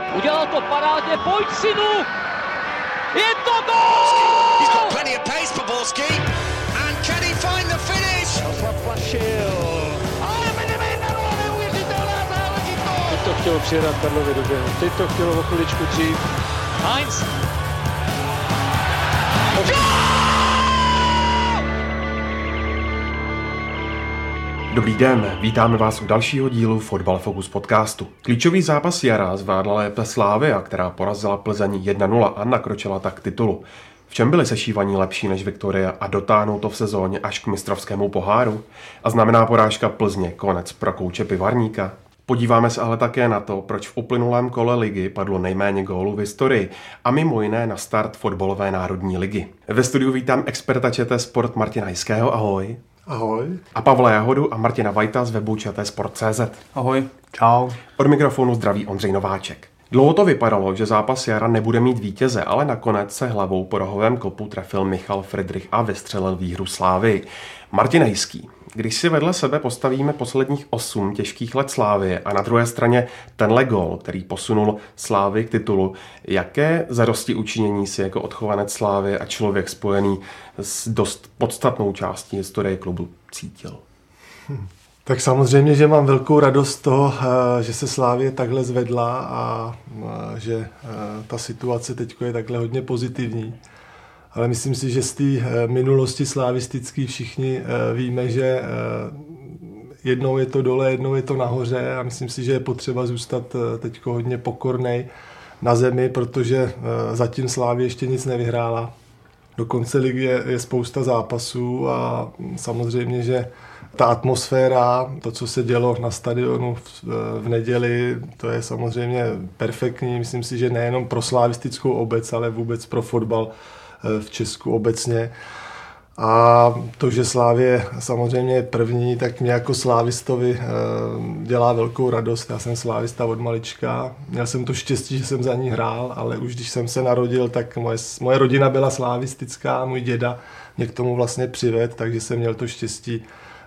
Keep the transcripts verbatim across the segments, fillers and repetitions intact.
Udělal to parádně, pojď synu! Je to gól! He's got plenty of pace for Borski. And can he find the finish? Ale Benevenero, neuvěřitelná záležitost! Teď to chtělo přijedat Karlově do běhu, teď to chtělo o chviličku dřív. Heinz! Dobrý den, vítáme vás u dalšího dílu Fotbal Focus podcastu. Klíčový zápas jara zvládla lépe Slavia, která porazila Plzeň jedna nula a nakročila tak k titulu. V čem byli sešívaní lepší než Viktoria a dotáhnou to v sezóně až k mistrovskému poháru? A znamená porážka Plzně konec pro kouče Pivarníka? Podíváme se ale také na to, proč v uplynulém kole ligy padlo nejméně gólů v historii a mimo jiné na start fotbalové národní ligy. Ve studiu vítám experta ČT Sport Martina Jiského, ahoj. Ahoj. A Pavla Jahodu a Martina Vajta z webu ČT Sport tečka cé zet. Ahoj. Čau. Od mikrofonu zdraví Ondřej Nováček. Dlouho to vypadalo, že zápas jara nebude mít vítěze, ale nakonec se hlavou po rohovém kopu trefil Michal Friedrich a vystřelil výhru Slávy. Martin Jiský, když si vedle sebe postavíme posledních osm těžkých let Slávy a na druhé straně tenhle gól, který posunul Slávy k titulu, jaké zadosti učinění si jako odchovanec Slávy a člověk spojený s dost podstatnou částí historie klubu cítil? Hm. Tak samozřejmě, že mám velkou radost z toho, že se Slavie takhle zvedla a že ta situace teď je takhle hodně pozitivní. Ale myslím si, že z té minulosti slavistické všichni víme, že jednou je to dole, jednou je to nahoře a myslím si, že je potřeba zůstat teď hodně pokornej na zemi, protože zatím Slavie ještě nic nevyhrála. Do konce ligy je, je spousta zápasů a samozřejmě, že ta atmosféra, to, co se dělo na stadionu v, v neděli, to je samozřejmě perfektní. Myslím si, že nejenom pro slavistickou obec, ale vůbec pro fotbal v Česku obecně. A to, že Slavie samozřejmě je první, tak mě jako slavistovi dělá velkou radost. Já jsem slavista od malička. Měl jsem to štěstí, že jsem za ní hrál, ale už když jsem se narodil, tak moje, moje rodina byla slavistická, můj děda mě k tomu vlastně přivedl, takže jsem měl to štěstí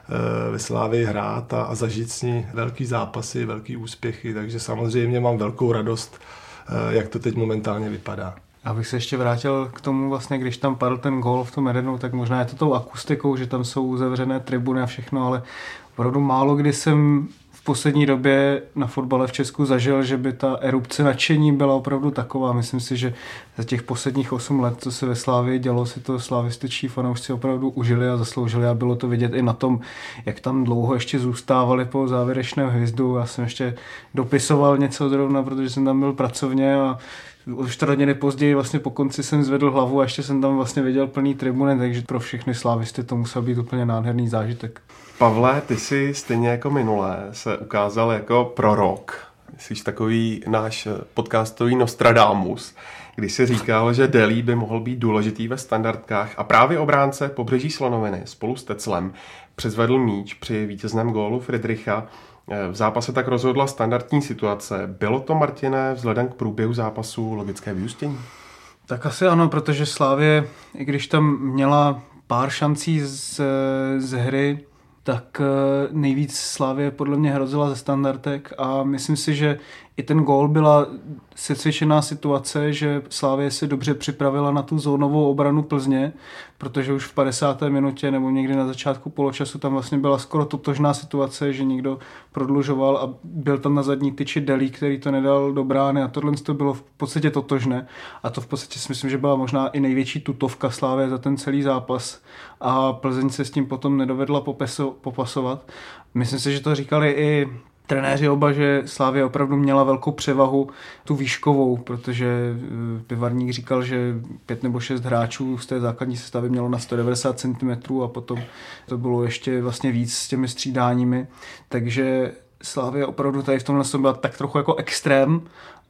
ve Slavii hrát a, a zažít s ní velký zápasy, velký úspěchy, takže samozřejmě mám velkou radost, jak to teď momentálně vypadá. Abych se ještě vrátil k tomu, vlastně, když tam padl ten gól v tom Edenu, tak možná je to tou akustikou, že tam jsou uzavřené tribuny a všechno, ale opravdu málo kdy jsem v poslední době na fotbale v Česku zažil, že by ta erupce nadšení byla opravdu taková. Myslím si, že za těch posledních osm let, co se ve Slavii dělo, si to slavističtí fanoušci opravdu užili a zasloužili a bylo to vidět i na tom, jak tam dlouho ještě zůstávali po závěrečném hvězdu. Já jsem ještě dopisoval něco zrovna, protože jsem tam byl pracovně a už čtyři hodiny později vlastně po konci jsem zvedl hlavu a ještě jsem tam vlastně viděl plný tribuny, takže pro všechny slavisty to musel být úplně nádherný zážitek. Pavle, ty jsi stejně jako minulé se ukázal jako prorok. Jsi takový náš podcastový Nostradamus, když jsi říkal, že Delí by mohl být důležitý ve standardkách a právě obránce Pobřeží Slonoviny spolu s Teclem přezvedl míč při vítězném gólu Friedricha. V zápase tak rozhodla standardní situace. Bylo to, Martine, vzhledem k průběhu zápasu logické vyústění? Tak asi ano, protože Slavie, i když tam měla pár šancí z, z hry, tak nejvíc Slavie podle mě hrozila ze standardek a myslím si, že i ten gól byla secvičená situace, že Slavie se dobře připravila na tu zónovou obranu Plzně, protože už v padesáté minutě nebo někdy na začátku poločasu tam vlastně byla skoro totožná situace, že někdo prodlužoval a byl tam na zadní tyči Delí, který to nedal do brány a tohle to bylo v podstatě totožné a to v podstatě si myslím, že byla možná i největší tutovka Slavie za ten celý zápas a Plzeň se s tím potom nedovedla popeso, popasovat. Myslím si, že to říkali i trenéři oba, že Slavia opravdu měla velkou převahu, tu výškovou, protože Pivarník říkal, že pět nebo šest hráčů z té základní sestavy mělo na sto devadesát centimetrů a potom to bylo ještě vlastně víc s těmi střídáními. Takže Slavia opravdu tady v tomhle byla tak trochu jako extrém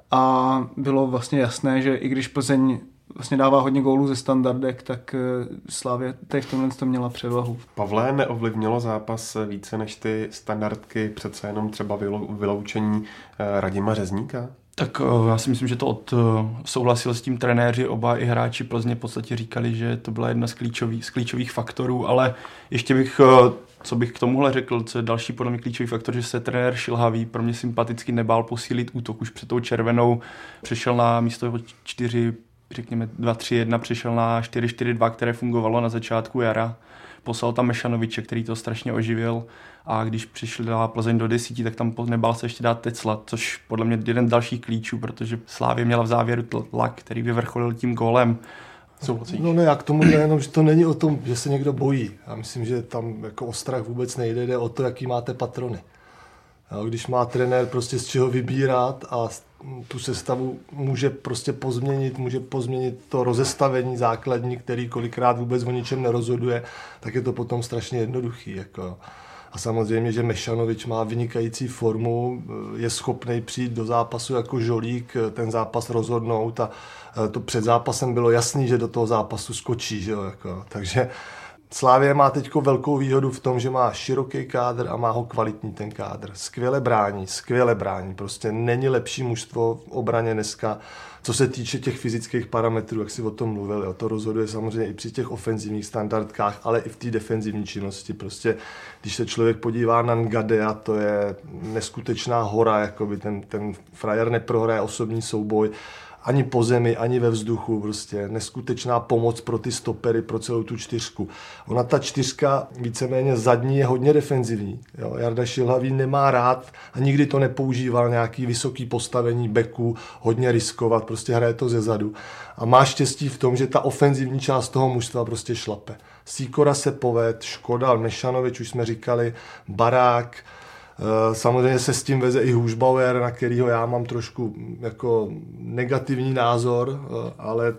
a bylo vlastně jasné, že i když Plzeň vlastně dává hodně gólů ze standardek, tak Slavia tady v tomhle to měla převahu. Pavle, neovlivnilo zápas více než ty standardky, přece jenom třeba vyloučení Radima Řezníka? Tak já si myslím, že to od, souhlasil s tím trenéři, oba i hráči Plzně v podstatě říkali, že to byla jedna z klíčových, z klíčových faktorů, ale ještě bych Co bych k tomuhle řekl, co je další podle mě klíčový faktor, že se trenér Šilhavý pro mě sympaticky nebál posílit útok už před tou červenou. Přešel na místo čtyři, řekněme dva tři jedna, přešel na čtyři čtyři dva, které fungovalo na začátku jara. Poslal tam Mešanoviče, který to strašně oživil, a když přišla Plzeň do desíti, tak tam nebál se ještě dát Tecla, což podle mě jeden z dalších klíčů, protože Slavie měla v závěru tlak, který vyvrcholil tím gólem. No ne, já k tomu jenom, že to není o tom, že se někdo bojí. Já myslím, že tam jako o strach vůbec nejde, jde o to, jaký máte patrony. Jo, když má trenér prostě z čeho vybírat a tu sestavu může prostě pozměnit, může pozměnit to rozestavení základní, který kolikrát vůbec o ničem nerozhoduje, tak je to potom strašně jednoduchý. Jako. A samozřejmě, že Mešanovič má vynikající formu, je schopný přijít do zápasu jako žolík, ten zápas rozhodnout, a to před zápasem bylo jasný, že do toho zápasu skočí. Že jo, jako. Takže Slavie má teď velkou výhodu v tom, že má široký kádr a má ho kvalitní ten kádr. Skvěle brání, skvěle brání. Prostě není lepší mužstvo v obraně dneska, co se týče těch fyzických parametrů, jak si o tom mluvil. Jo. To rozhoduje samozřejmě i při těch ofenzivních standardkách, ale i v té defenzivní činnosti. Prostě, když se člověk podívá na Ngadea, to je neskutečná hora, jakoby ten, ten frajer neprohraje osobní souboj ani po zemi, ani ve vzduchu, prostě neskutečná pomoc pro ty stopery, pro celou tu čtyřku. Ona ta čtyřka víceméně zadní je hodně defenzivní. Jo. Jarda Šilhavý nemá rád a nikdy to nepoužíval nějaký vysoký postavení beku, hodně riskovat, prostě hraje to ze zadu. A má štěstí v tom, že ta ofenzivní část toho mužstva prostě šlape. Sýkora se poved, Škoda, Mešanovič, už jsme říkali, Barák. Samozřejmě se s tím veze i Hůžbauer, na kterýho já mám trošku jako negativní názor, ale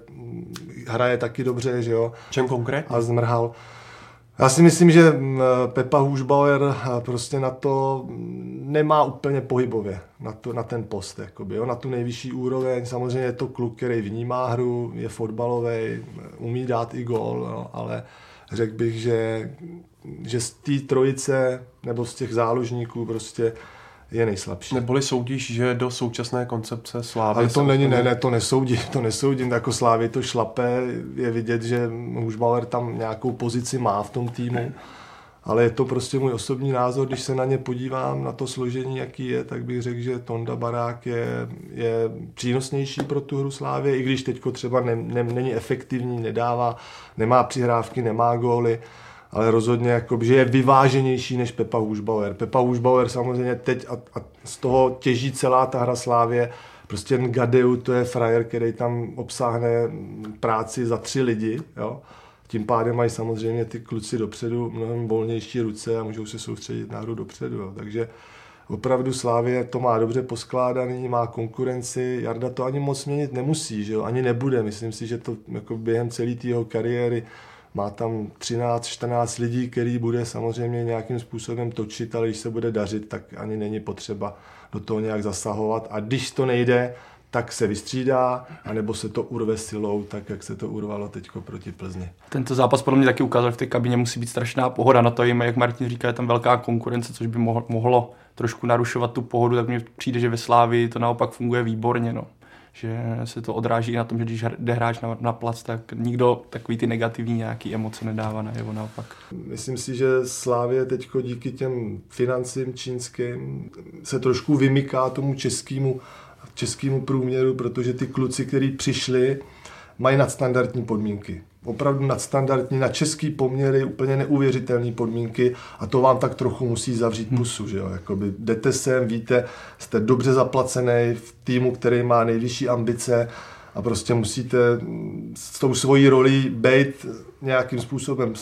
hraje taky dobře, že jo. Čem konkrétně? A zmrhal. Já si myslím, že Pepa Hůžbauer prostě na to nemá úplně pohybově, na, to, na ten post, jakoby, jo, na tu nejvyšší úroveň. Samozřejmě je to kluk, který vnímá hru, je fotbalovej, umí dát i gól, no, ale řekl bych, že, že z té trojice nebo z těch záložníků prostě je nejslabší. Neboli soudíš, že do současné koncepce Slávy... Ale to není, ne, ne, to nesoudím, to nesoudím, jako Slávy to šlape, je vidět, že Hůžbauer tam nějakou pozici má v tom týmu, ale je to prostě můj osobní názor, když se na ně podívám, na to složení, jaký je, tak bych řekl, že Tonda Barák je, je přínosnější pro tu hru Slávy, i když teďko třeba ne, ne, není efektivní, nedává, nemá přihrávky, nemá góly, ale rozhodně jakoby, že je vyváženější než Pepa Hůžbauer. Pepa Hůžbauer samozřejmě teď a, a z toho těží celá ta hra Slávie. Prostě Ngadeu, to je frajer, který tam obsáhne práci za tři lidi. Jo? Tím pádem mají samozřejmě ty kluci dopředu mnohem volnější ruce a můžou se soustředit na hru dopředu. Jo? Takže opravdu Slávie to má dobře poskládaný, má konkurenci. Jarda to ani moc měnit nemusí, že jo? Ani nebude. Myslím si, že to jako během celé té jeho kariéry má tam třináct čtrnáct lidí, který bude samozřejmě nějakým způsobem točit, ale když se bude dařit, tak ani není potřeba do toho nějak zasahovat. A když to nejde, tak se vystřídá, anebo se to urve silou, tak jak se to urvalo teďko proti Plzni. Tento zápas podle mě taky ukázal, že v té kabině musí být strašná pohoda. Na to jim, jak Martin říká, je tam velká konkurence, což by mohlo trošku narušovat tu pohodu, tak mně přijde, že ve Slávii to naopak funguje výborně. No. Že se to odráží na tom, že když jde hráč na, na plac, tak nikdo takový ty negativní nějaký emoce nedává najevo, naopak. Myslím si, že Slavie teďko díky těm financím čínským se trošku vymyká tomu českému, českému průměru, protože ty kluci, kteří přišli, mají nadstandardní podmínky. Opravdu nadstandardní, na český poměry, úplně neuvěřitelné podmínky a to vám tak trochu musí zavřít pusu. Že jo? Jakoby jdete sem, víte, jste dobře zaplacený v týmu, který má nejvyšší ambice a prostě musíte s tou svojí rolí být nějakým způsobem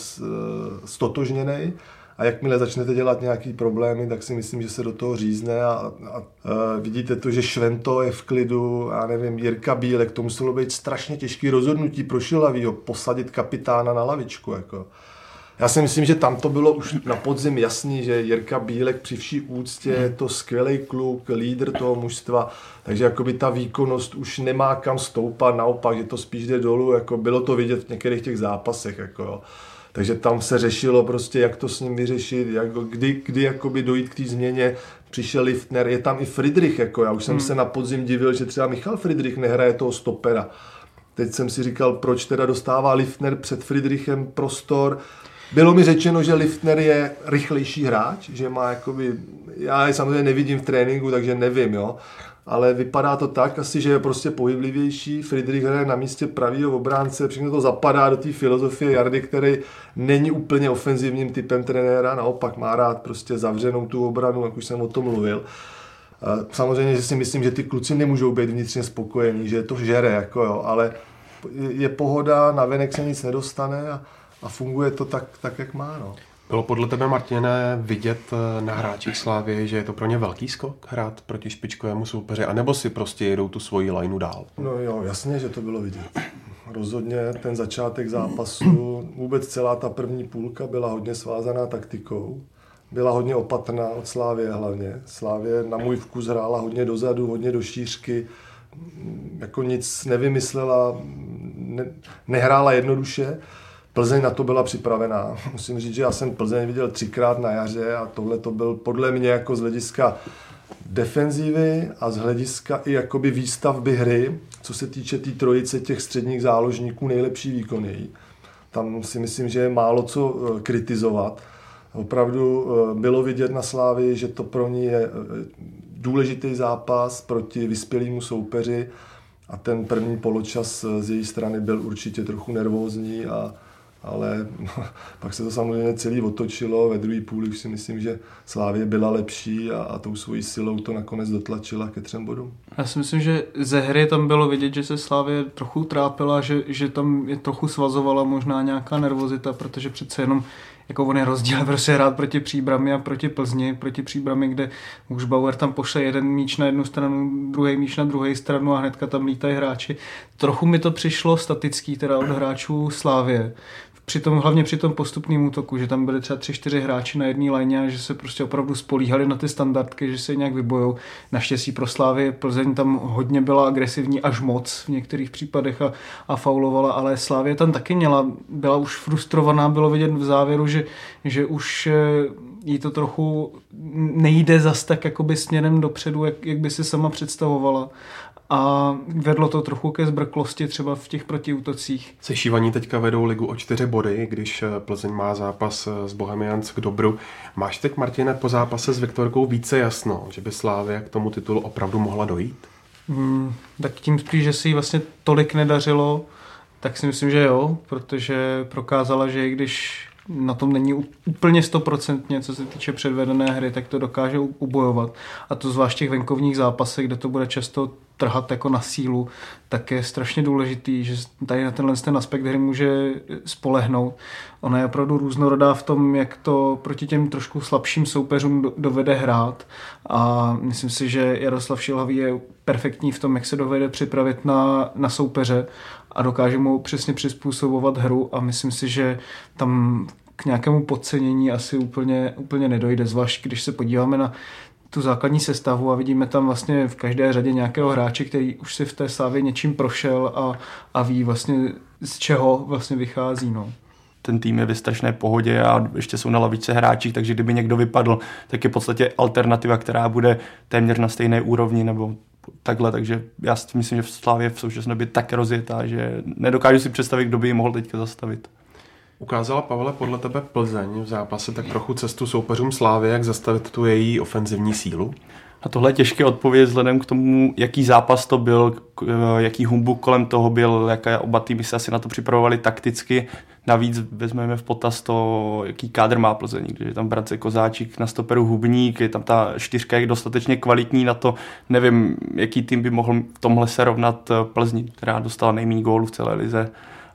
stotožněnej. A jakmile začnete dělat nějaký problémy, tak si myslím, že se do toho řízne a, a, a vidíte to, že Švento je v klidu, já nevím, Jirka Bílek, to muselo být strašně těžký rozhodnutí pro Šilavýho, posadit kapitána na lavičku. Jako. Já si myslím, že tam to bylo už na podzim jasný, že Jirka Bílek při vší úctě je to skvělý kluk, lídr toho mužstva, takže jakoby ta výkonnost už nemá kam stoupat, naopak, že to spíš jde dolů, jako bylo to vidět v některých těch zápasech. Jako, jo. Takže tam se řešilo prostě, jak to s ním vyřešit, jak, kdy, kdy jakoby dojít k té změně. Přišel Liftner, je tam i Friedrich, jako já už jsem hmm. se na podzim divil, že třeba Michal Friedrich nehraje toho stopera. Teď jsem si říkal, proč teda dostává Liftner před Friedrichem prostor. Bylo mi řečeno, že Liftner je rychlejší hráč, že má jakoby, já je samozřejmě nevidím v tréninku, takže nevím, jo. Ale vypadá to tak asi, že je prostě pohyblivější. Friedrich hraje na místě pravýho obránce, všechno to zapadá do té filozofie Jardy, který není úplně ofenzivním typem trenéra, naopak má rád prostě zavřenou tu obranu, jak už jsem o tom mluvil. Samozřejmě, že si myslím, že ty kluci nemůžou být vnitřně spokojení, že je to žere, jako jo, ale je pohoda, navenek se nic nedostane a, a funguje to tak, tak, jak má. No. Bylo podle tebe, Martine, vidět na hráčích Slávy, že je to pro ně velký skok hrát proti špičkovému soupeři, anebo si prostě jedou tu svoji lineu dál? No jo, jasně, že to bylo vidět. Rozhodně ten začátek zápasu, vůbec celá ta první půlka byla hodně svázaná taktikou. Byla hodně opatrná od Slávie hlavně. Slávie na můj vkus hrála hodně dozadu, hodně do šířky, jako nic nevymyslela, ne, nehrála jednoduše. Plzeň na to byla připravená. Musím říct, že já jsem Plzeň viděl třikrát na jaře a tohle to byl podle mě jako z hlediska defenzívy a z hlediska i jakoby výstavby hry, co se týče té tý trojice těch středních záložníků, nejlepší výkon. Tam si myslím, že je málo co kritizovat. Opravdu bylo vidět na Slávii, že to pro ní je důležitý zápas proti vyspělému soupeři a ten první poločas z její strany byl určitě trochu nervózní, a, ale no, pak se to samozřejmě celý otočilo. Ve druhé půli už si myslím, že Slávie byla lepší a, a tou svojí silou to nakonec dotlačila ke třem bodům. Já si myslím, že ze hry tam bylo vidět, že se Slávie trochu trápila, že, že tam je trochu svazovala možná nějaká nervozita, protože přece jenom jako on je rozdíl prostě hrát proti Příbrami a proti Plzni, proti Příbrami, kde už Bauer tam pošle jeden míč na jednu stranu, druhý míč na druhou stranu a hnedka tam lítají hráči. Trochu mi to přišlo statický teda od hráčů Slávie. Přitom, hlavně při tom postupném útoku, že tam byly třeba tři, čtyři hráči na jedné lajně a že se prostě opravdu spolíhali na ty standardky, že se nějak vybojou. Naštěstí pro Slávy Plzeň tam hodně byla agresivní až moc v některých případech a, a faulovala, ale Slávie tam taky měla, byla už frustrovaná, bylo vidět v závěru, že, že už jí to trochu nejde zas tak jakoby směrem dopředu, jak, jak by si sama představovala. A vedlo to trochu ke zbrklosti třeba v těch protiútocích. Sešívaní teďka vedou ligu o čtyři body, když Plzeň má zápas s Bohemians k Dobru. Máš teď, Martine, po zápase s Viktorkou více jasno, že by Slavia k tomu titulu opravdu mohla dojít? Hmm, tak tím spíš, že si jí vlastně tolik nedařilo, tak si myslím, že jo, protože prokázala, že i když na tom není úplně stoprocentně, co se týče předvedené hry, tak to dokáže ubojovat. A to zvlášť v těch venkovních zápasech, kde to bude často trhat jako na sílu, tak je strašně důležitý, že tady na tenhle ten aspekt hry může spolehnout. Ona je opravdu různorodá v tom, jak to proti těm trošku slabším soupeřům dovede hrát. A myslím si, že Jaroslav Šilhavý je perfektní v tom, jak se dovede připravit na, na soupeře a dokáže mu přesně přizpůsobovat hru a myslím si, že tam k nějakému podcenění asi úplně, úplně nedojde, zvlášť když se podíváme na tu základní sestavu a vidíme tam vlastně v každé řadě nějakého hráče, který už si v té Slávě něčím prošel a, a ví vlastně z čeho vlastně vychází. No. Ten tým je ve strašné pohodě a ještě jsou na lavičce hráči, takže kdyby někdo vypadl, tak je v podstatě alternativa, která bude téměř na stejné úrovni nebo takhle, takže já si myslím, že v Slávě v současné době tak rozjetá, že nedokážu si představit, kdo by ji mohl teďka zastavit. Ukázala, Pavle, podle tebe Plzeň v zápase tak trochu cestu soupeřům Slávy, jak zastavit tu její ofenzivní sílu? A tohle je těžké odpovědět vzhledem k tomu, jaký zápas to byl, jaký humbuk kolem toho byl, jaké oba týmy se asi na to připravovali takticky. Navíc vezmeme v potaz to, jaký kádr má Plzeň, když je tam Brace Kozáčik na stoperu Hubník, je tam ta čtyřka je dostatečně kvalitní na to, nevím, jaký tým by mohl v tomhle se rovnat Plzni, která dostala nejméně gólů v celé lize.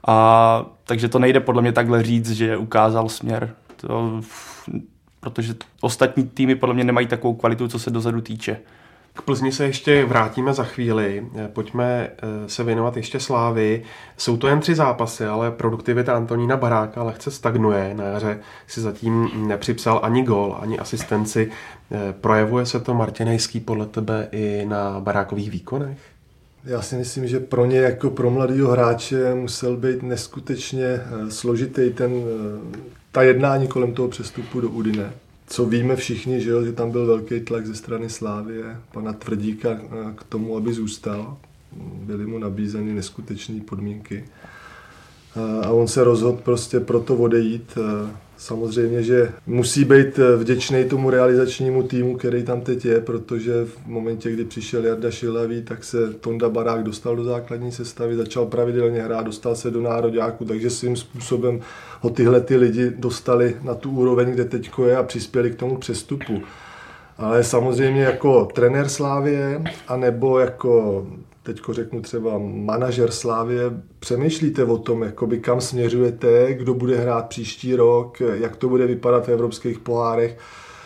A takže to nejde podle mě takhle říct, že ukázal směr. To, protože ostatní týmy podle mě nemají takovou kvalitu, co se dozadu týče. K Plzni se ještě vrátíme za chvíli. Pojďme se věnovat ještě Slávii. Jsou to jen tři zápasy, ale produktivita Antonína Baráka lehce stagnuje. Na jaře si zatím nepřipsal ani gól, ani asistenci. Projevuje se to, Martinejský, podle tebe i na Barákových výkonech? Já si myslím, že pro ně jako pro mladého hráče musel být neskutečně složitý ten, ta jednání kolem toho přestupu do Udine. Co víme všichni, že, jo, že tam byl velký tlak ze strany Slávie, pana Tvrdíka k tomu, aby zůstal. Byly mu nabízeny neskutečné podmínky. a on se rozhodl prostě proto odejít. Samozřejmě, že musí být vděčný tomu realizačnímu týmu, který tam teď je, protože v momentě, kdy přišel Jarda Šilhavý, tak se Tonda Barák dostal do základní sestavy, začal pravidelně hrát, dostal se do nároďáku, takže svým způsobem ho tyhle ty lidi dostali na tu úroveň, kde teďko je a přispěli k tomu přestupu. Ale samozřejmě jako trenér Slavie, anebo jako teďko řeknu třeba manažer Slavie, přemýšlíte o tom, jakoby kam směřujete, kdo bude hrát příští rok, jak to bude vypadat v evropských pohárech.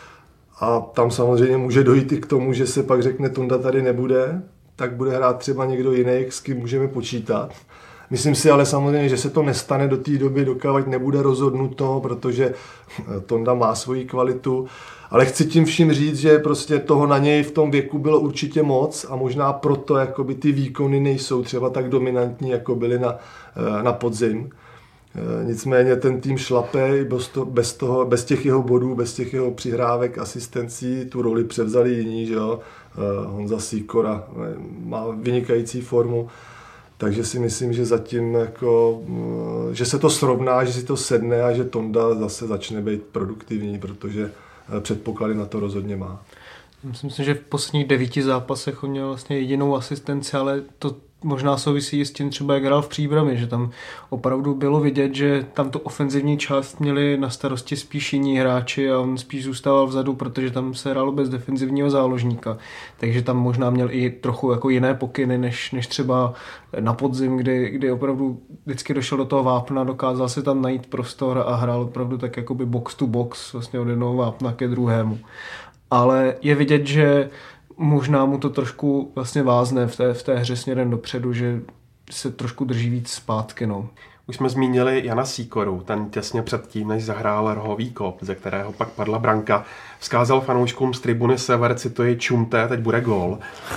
A tam samozřejmě může dojít i k tomu, že se pak řekne, Tonda tady nebude, tak bude hrát třeba někdo jiný, s kým můžeme počítat. Myslím si ale samozřejmě, že se to nestane do té doby, dokud nebude rozhodnuto, protože Tonda má svoji kvalitu. Ale chci tím vším říct, že prostě toho na něj v tom věku bylo určitě moc a možná proto jakoby ty výkony nejsou třeba tak dominantní, jako byly na, na podzim. Nicméně ten tým šlape bez, to, bez, toho, bez těch jeho bodů, bez těch jeho přihrávek, asistencí, tu roli převzali jiní, že jo. Honza Sýkora má vynikající formu. Takže si myslím, že zatím jako, že se to srovná, že si to sedne a že Tonda zase začne být produktivní, protože předpoklady na to rozhodně má. Myslím si, že v posledních devíti zápasech on měl vlastně jedinou asistenci, ale to možná souvisí s tím třeba, jak hrál v Příbrami, že tam opravdu bylo vidět, že tam tu ofenzivní část měli na starosti spíš jiní hráči a on spíš zůstával vzadu, protože tam se hrálo bez defenzivního záložníka. Takže tam možná měl i trochu jako jiné pokyny, než, než třeba na podzim, kdy, kdy opravdu vždycky došel do toho vápna, dokázal si tam najít prostor a hrál opravdu tak jakoby box to box, vlastně od jednoho vápna ke druhému. Ale je vidět, že možná mu to trošku vlastně vázne v té, v té hře směrem dopředu, že se trošku drží víc zpátky. No. Už jsme zmínili Jana Sýkoru, ten těsně předtím, než zahrál rohový kop, ze kterého pak padla branka, vzkázal fanouškům z tribuny Sever, cituji, čumte, teď bude gól.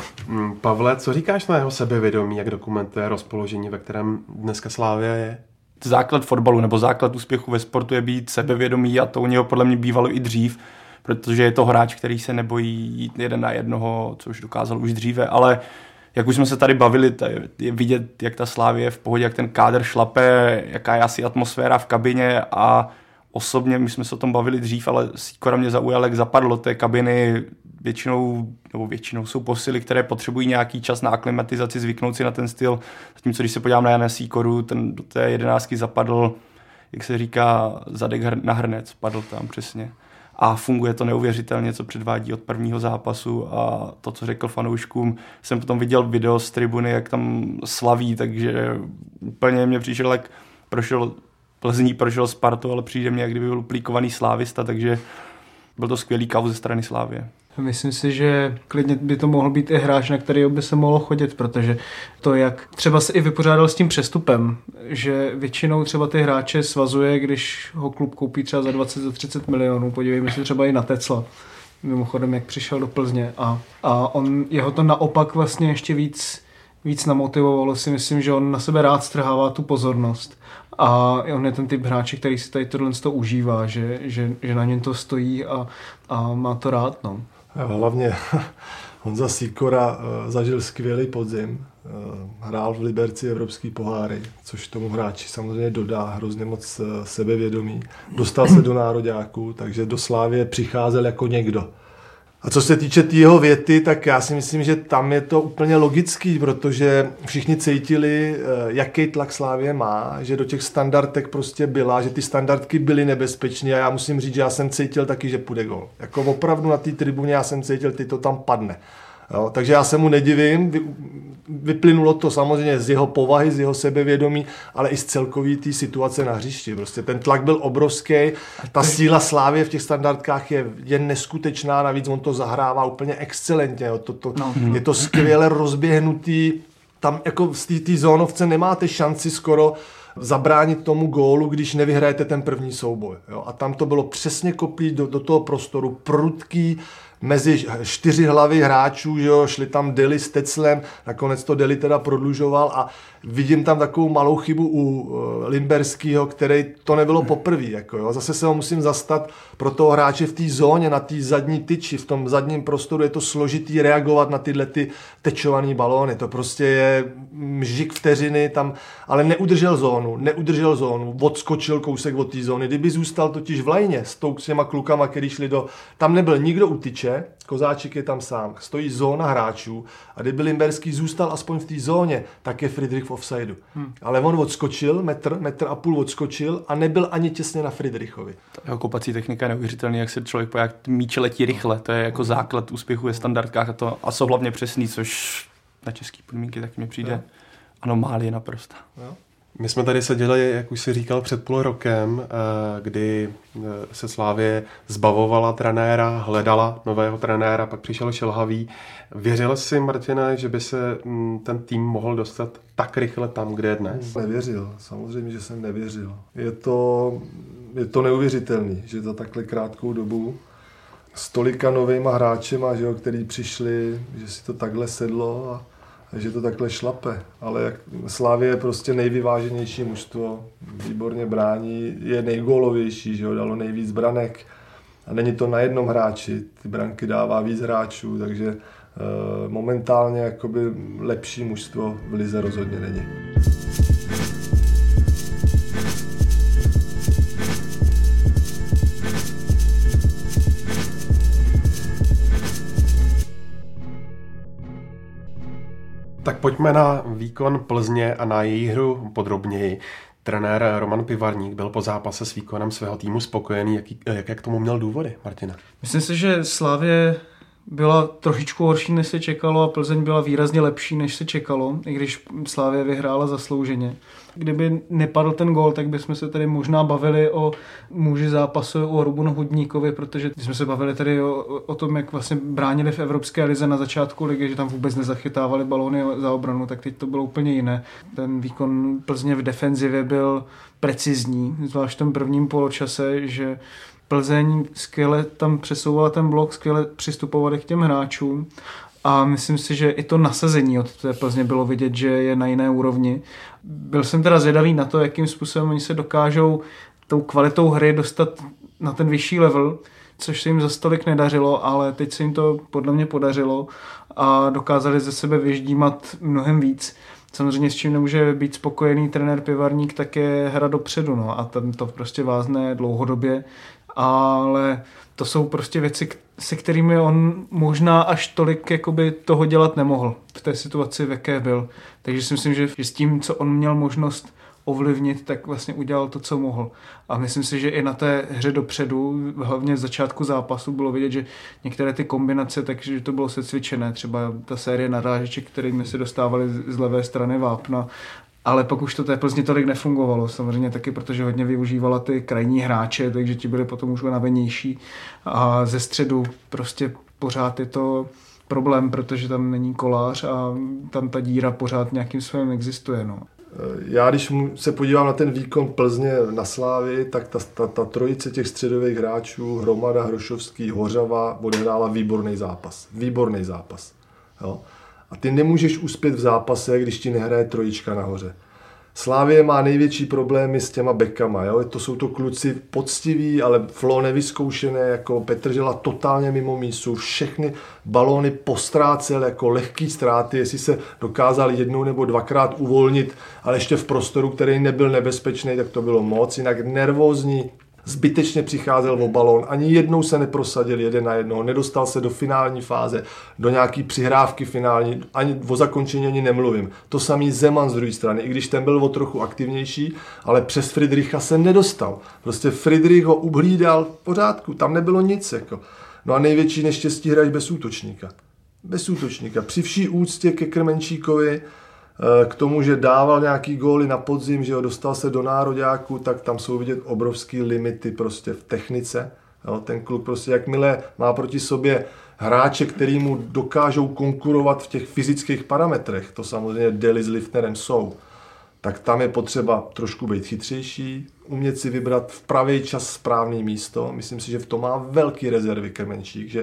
Pavle, co říkáš na jeho sebevědomí, jak dokumentuje rozpoložení, ve kterém dneska Slavia je? Základ fotbalu nebo základ úspěchu ve sportu je být sebevědomý a to u něho podle mě bývalo i dřív, protože je to hráč, který se nebojí jít jeden na jednoho, což dokázal už dříve, ale jak už jsme se tady bavili, je vidět, jak ta Slavie je v pohodě, jak ten kádr šlape, jaká je asi atmosféra v kabině a osobně, my jsme se o tom bavili dřív, ale Sýkora mě zaujal, jak zapadl do té kabiny, většinou, nebo většinou jsou posily, které potřebují nějaký čas na aklimatizaci, zvyknout si na ten styl, zatímco když se podívám na Jana Sýkoru, ten do té jedenáctky zapadl, jak se říká, zadek na hrnec, padl tam přesně. A funguje to neuvěřitelně, co předvádí od prvního zápasu a to, co řekl fanouškům. Jsem potom viděl video z tribuny, jak tam slaví, takže úplně mě přišel, jak prošel Plzní, prošel Spartu, ale přijde mě, jak kdyby byl plíkovaný slávista, takže byl to skvělý kauf ze strany Slavie. Myslím si, že klidně by to mohl být i hráč, na který by se mohlo chodit, protože to, jak třeba se i vypořádal s tím přestupem, že většinou třeba ty hráče svazuje, když ho klub koupí třeba za dvacet, za třicet milionů, podívejme se třeba i na Tecla, mimochodem, jak přišel do Plzně a, a on, jeho to naopak vlastně ještě víc, víc namotivovalo, si myslím, že on na sebe rád strhává tu pozornost. A on je ten typ hráče, který si tady tohle to užívá, že, že, že na něm to stojí a, a má to rád. No. Hlavně Honza Sýkora zažil skvělý podzim, hrál v Liberci evropský poháry, což tomu hráči samozřejmě dodá hrozně moc sebevědomí. Dostal se do nároďáku, takže do Slavie přicházel jako někdo. A co se týče té jeho věty, tak já si myslím, že tam je to úplně logický, protože všichni cítili, jaký tlak Slavie má, že do těch standardek prostě byla, že ty standardky byly nebezpečné a já musím říct, že já jsem cítil taky, že půjde gol. Jako opravdu na té tribuně já jsem cítil, ty to tam padne. Jo, takže já se mu nedivím, Vy, vyplynulo to samozřejmě z jeho povahy, z jeho sebevědomí, ale i z celkový té situace na hřišti. Prostě ten tlak byl obrovský, ta síla Slavie v těch standardkách je, je neskutečná, navíc on to zahrává úplně excelentně. Jo. To, to, no. Je to skvěle rozběhnutý, tam jako v té zónovce nemáte šanci skoro zabránit tomu gólu, když nevyhrajete ten první souboj. Jo. A tam to bylo přesně koplí do, do toho prostoru, prudký, mezi čtyři hlavy hráčů, že jo, šli tam Deli s Teclem, nakonec to Deli teda prodlužoval a vidím tam takovou malou chybu u Limberského, který to nebylo poprvé. Jako jo. Zase se ho musím zastat pro toho hráče v té zóně, na té zadní tyči, v tom zadním prostoru je to složitý reagovat na tyhle ty tečované balóny. To prostě je mžik vteřiny tam, ale neudržel zónu, neudržel zónu, odskočil kousek od té zóny. Kdyby zůstal totiž v lajně s tou s těma klukama, který šli do... Tam nebyl nikdo u tyče, Kozáček je tam sám, stojí zóna hráčů a kdyby Limberský zůstal aspoň v té zóně, tak je Friedrich v offsideu. Hmm. Ale on odskočil, metr, metr a půl odskočil a nebyl ani těsně na Friedrichovi. Ta jeho kopací technika je neuvěřitelný, jak se člověk pojí, jak míče letí rychle, to je jako základ úspěchu ve standardkách a to a jsou hlavně přesný, což na české podmínky tak mi přijde no. anomálie naprosto. No. My jsme tady seděli, jak už si říkal, před půl rokem, kdy se Slavie zbavovala trenéra, hledala nového trenéra, pak přišel Šilhavý. Věřil jsi, Martine, že by se ten tým mohl dostat tak rychle tam, kde je dnes? Nevěřil, samozřejmě, že jsem nevěřil. Je to, je to neuvěřitelný, že za takhle krátkou dobu s tolika novejma hráčema, že jo, který přišli, že si to takhle sedlo a že to takhle šlape, ale jak Slavie je prostě nejvyváženější mužstvo, výborně brání, je nejgólovější, že jo, dalo nejvíc branek a není to na jednom hráči, ty branky dává víc hráčů, takže e, momentálně jakoby lepší mužstvo v lize rozhodně není. Tak pojďme na výkon Plzně a na její hru podrobněji. Trenér Roman Pivarník byl po zápase s výkonem svého týmu spokojený. Jaký, jaké k tomu měl důvody, Martina? Myslím si, že Slavie byla trošičku horší, než se čekalo a Plzeň byla výrazně lepší, než se čekalo, i když Slavie vyhrála zaslouženě. Kdyby nepadl ten gól, tak bychom se tady možná bavili o muži zápasu, o Rubunu Hudníkovi, protože jsme se bavili tady o, o tom, jak vlastně bránili v Evropské lize na začátku ligy, že tam vůbec nezachytávali balóny za obranu, tak teď to bylo úplně jiné. Ten výkon Plzně v defenzivě byl precizní, zvlášť v tom prvním poločase, že Plzeň skvěle tam přesouvala ten blok, skvěle přistupovali k těm hráčům a myslím si, že i to nasazení od té Plzně bylo vidět, že je na jiné úrovni. Byl jsem teda zvědavý na to, jakým způsobem oni se dokážou tou kvalitou hry dostat na ten vyšší level, což se jim za stolik nedařilo, ale teď se jim to podle mě podařilo a dokázali ze sebe vyždímat mnohem víc. Samozřejmě s čím nemůže být spokojený trenér Pivarník, tak je hra dopředu, no, a ten to prostě vázne dlouhodobě, ale to jsou prostě věci, se kterými on možná až tolik jakoby toho dělat nemohl v té situaci, v jaké byl. Takže si myslím, že s tím, co on měl možnost ovlivnit, tak vlastně udělal to, co mohl. A myslím si, že i na té hře dopředu, hlavně v začátku zápasu, bylo vidět, že některé ty kombinace, takže to bylo secvičené, třeba ta série narážeček, kterými se dostávali z levé strany vápna, ale pak už to té Plzni tolik nefungovalo, samozřejmě taky, protože hodně využívala ty krajní hráče, takže ti byli potom už unavenější a ze středu prostě pořád je to problém, protože tam není Kolář a tam ta díra pořád nějakým způsobem existuje, no. Já, když se podívám na ten výkon Plzně na Slávii, tak ta, ta, ta trojice těch středových hráčů, Hromada, Hrošovský, Hořava, odehrála výborný zápas. Výborný zápas. Jo? A ty nemůžeš uspět v zápase, když ti nehraje trojička nahoře. Slávie má největší problémy s těma bekama. Jo? To jsou to kluci poctiví, ale flow nevyzkoušené, jako Petržela totálně mimo mísu. Všechny balóny postrácel jako lehký ztráty, jestli se dokázal jednou nebo dvakrát uvolnit, ale ještě v prostoru, který nebyl nebezpečný, tak to bylo moc. Jinak nervózní, zbytečně přicházel o balón, ani jednou se neprosadil jeden na jednoho, nedostal se do finální fáze, do nějaký přihrávky finální, ani o zakončení ani nemluvím. To samý Zeman z druhé strany, i když ten byl o trochu aktivnější, ale přes Friedricha se nedostal. Prostě Friedrich ho uhlídal v pořádku, tam nebylo nic. Jako. No a největší neštěstí hraješ bez útočníka. Bez útočníka. Při vší úctě ke Krmenčíkovi, k tomu, že dával nějaký góly na podzim, že ho dostal se do nároďáku, tak tam jsou vidět obrovský limity prostě v technice. Jo, ten kluk prostě jakmile má proti sobě hráče, který mu dokážou konkurovat v těch fyzických parametrech, to samozřejmě Deli s Liftnerem jsou, tak tam je potřeba trošku být chytřejší, umět si vybrat v pravý čas správný místo. Myslím si, že v tom má velký rezervy Krmenčík, že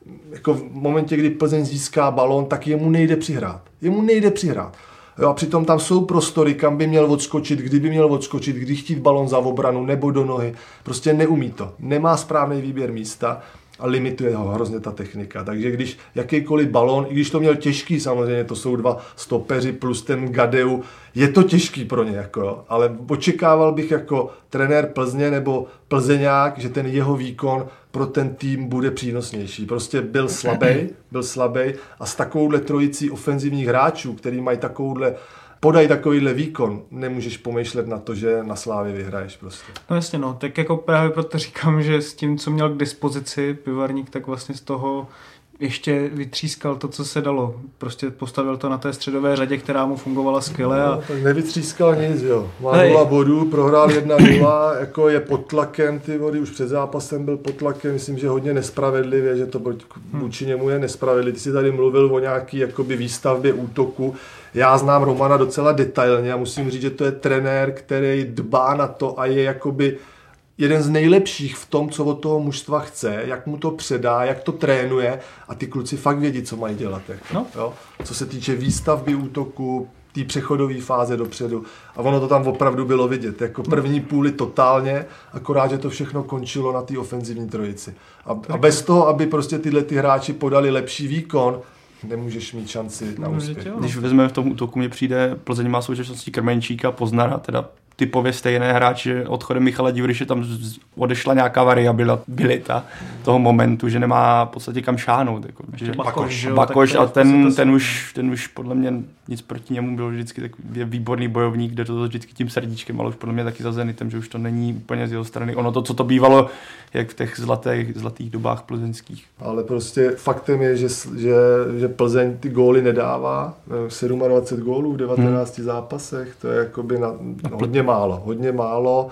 jako v momentě, kdy Plzeň získá balón, tak jemu nejde přihrát. Jemu nejde přihrát. Jo, a přitom tam jsou prostory, kam by měl odskočit, kdyby měl odskočit, kdy chtít balón za obranu nebo do nohy. Prostě neumí to. Nemá správný výběr místa a limituje ho hrozně ta technika. Takže když jakýkoliv balón, i když to měl těžký, samozřejmě to jsou dva stopeři plus ten Gadeu, je to těžký pro ně, jako, ale očekával bych jako trenér Plzně nebo Plzeňák, že ten jeho výkon pro ten tým bude přínosnější. Prostě byl slabý, byl slabý a s takovouhle trojicí ofenzivních hráčů, který mají takovouhle podají takovýhle výkon, nemůžeš pomýšlet na to, že na Slávě vyhraješ prostě. No jasně, no, tak jako právě proto říkám, že s tím, co měl k dispozici Pivarník, tak vlastně z toho ještě vytřískal to, co se dalo. Prostě postavil to na té středové řadě, která mu fungovala skvěle. A... No, tak nevytřískal nic, jo. Má nula bodů, prohrál jedna nula, jako je pod tlakem, ty vody, už před zápasem byl pod tlakem, myslím, že hodně nespravedlivě, že to vůči němu je nespravedlivě. Ty jsi tady mluvil o nějaký jakoby výstavbě útoku. Já znám Romana docela detailně a musím říct, že to je trenér, který dbá na to a je jakoby jeden z nejlepších v tom, co od toho mužstva chce, jak mu to předá, jak to trénuje a ty kluci fakt vědí, co mají dělat. Jako, no. Jo? Co se týče výstavby útoku, té přechodové fáze dopředu. A ono to tam opravdu bylo vidět. Jako první půli totálně, akorát, že to všechno končilo na té ofenzivní trojici. A, a bez toho, aby prostě tyhle ty hráči podali lepší výkon, nemůžeš mít šanci na úspěch. Když vezmeme v tom útoku, mně přijde, Plzeň má současnosti Krmenčíka, Poznara, teda typově stejné hráči. Odchodem Michala Divryše tam odešla nějaká variabilita toho momentu, že nemá v podstatě kam šáhnout. Jako, že Bakoš, Bakoš a ten, ten, už, ten už podle mě nic proti němu byl vždycky tak výborný bojovník, kde to vždycky tím srdíčkem, ale už podle mě taky za Zenitem, že už to není úplně z jeho strany. Ono to, co to bývalo, jak v těch zlatých, zlatých dobách plzeňských. Ale prostě faktem je, že, že, že Plzeň ty góly nedává. dvacet sedm gólů v devatenácti hmm. zápasech, to je jakoby na, no, hodně málo, hodně málo.